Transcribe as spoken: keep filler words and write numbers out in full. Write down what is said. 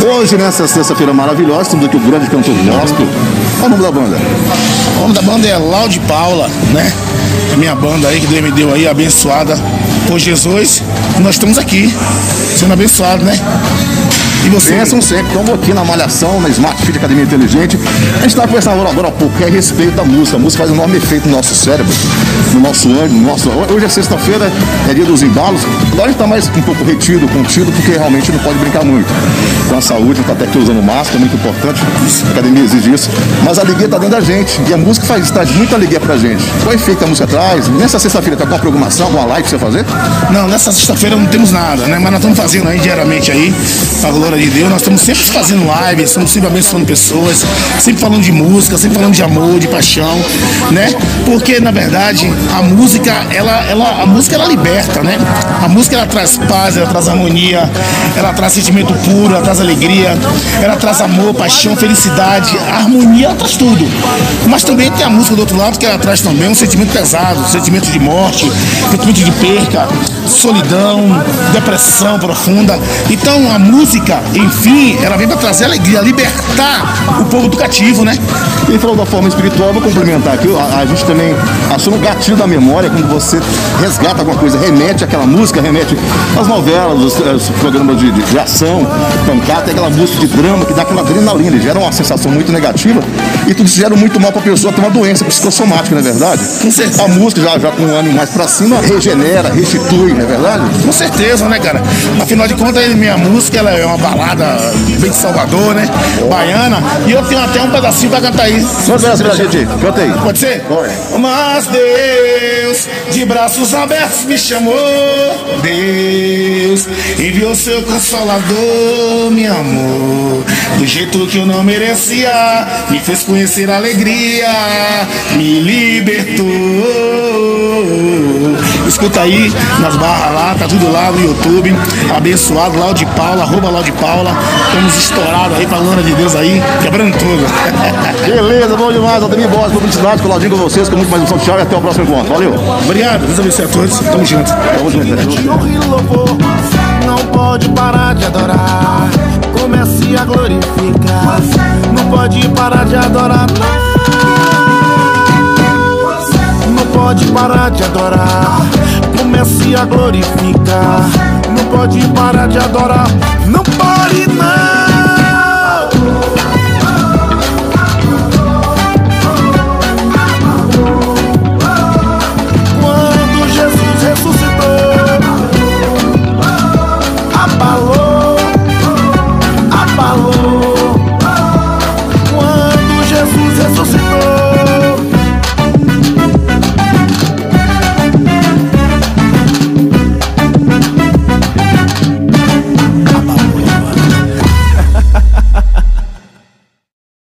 Hoje, nessa sexta-feira maravilhosa, temos aqui o grande cantor gospel. Qual o nome da banda? O nome da banda é Laudi Paula, né? A minha banda aí que Deus me deu aí, abençoada por Jesus. E nós estamos aqui, sendo abençoados, né? E você? Pensam sempre, estamos aqui na Malhação, na Smart Fit Academia Inteligente. A gente está conversando agora, agora há pouco, que é a respeito da música. A música faz um enorme efeito no nosso cérebro, no nosso ânimo, no nosso... Hoje é sexta-feira, é dia dos embalos. Agora a gente está mais um pouco retido, contido, porque realmente não pode brincar muito. Com a saúde, a gente está até aqui usando máscara, é muito importante. A academia exige isso. Mas a alegria está dentro da gente. E a música faz isso, traz muita alegria pra gente. Qual é o efeito que a música traz? Nessa sexta-feira, tem alguma programação, alguma live pra você fazer? Não, nessa sexta-feira não temos nada, né? Mas nós estamos fazendo aí diariamente aí, pra glória de Deus. Nós estamos sempre fazendo live, estamos sempre abençoando pessoas, sempre falando de música, sempre falando de amor, de paixão, né? Porque, na verdade, a música, ela, ela, a música, ela liberta, né? A música, ela traz paz, ela traz harmonia, ela traz sentimento puro, ela traz alegria, ela traz amor, paixão, felicidade, harmonia, ela traz tudo. Mas também tem a música do outro lado, que ela traz também um sentimento pesado, um sentimento de morte, sentimento de perca, solidão, depressão profunda. Então a música, enfim, ela vem para trazer alegria, libertar o povo do cativo, né? Ele falou da forma espiritual, eu vou complementar aqui. A, a gente também aciona o gatilho da memória, quando você resgata alguma coisa, remete àquela música, remete às novelas, os, os programas de, de, de ação, pancada, tem aquela música de drama que dá aquela adrenalina, gera uma sensação muito negativa e tudo isso gera muito mal para a pessoa, tem uma doença psicossomática, não é verdade? Com certeza. A música já, já com o ânimo mais para cima regenera, restitui, não é verdade? Com certeza, né, cara? Afinal de contas, minha música ela é uma balada bem de Salvador, né? Oh. Baiana. E eu tenho até um pedacinho pra cantar aí. Quanto é pra gente? Canta aí. Pode ser? Pode. Mas Deus, de braços abertos, me chamou. Deus enviou seu consolador, meu amor. Do jeito que eu não merecia, me fez conhecer a alegria, me libertou. Escuta aí nas barras lá, tá tudo lá no YouTube. Abençoado, Laudi Paula, arroba Laudi Paula. Estamos estourados aí, falando de Deus aí, quebrando tudo. Beleza, bom demais. Ademir Borges, publicidade, com o Laudinho com vocês, com muito mais um tchau e até o próximo encontro. Valeu. Obrigado, Deus abençoe a todos. Tamo junto. Tamo junto. Não pode parar de adorar, comece a glorificar. Não pode parar de adorar, não pode parar de adorar, comece a glorificar. Não pode parar de adorar.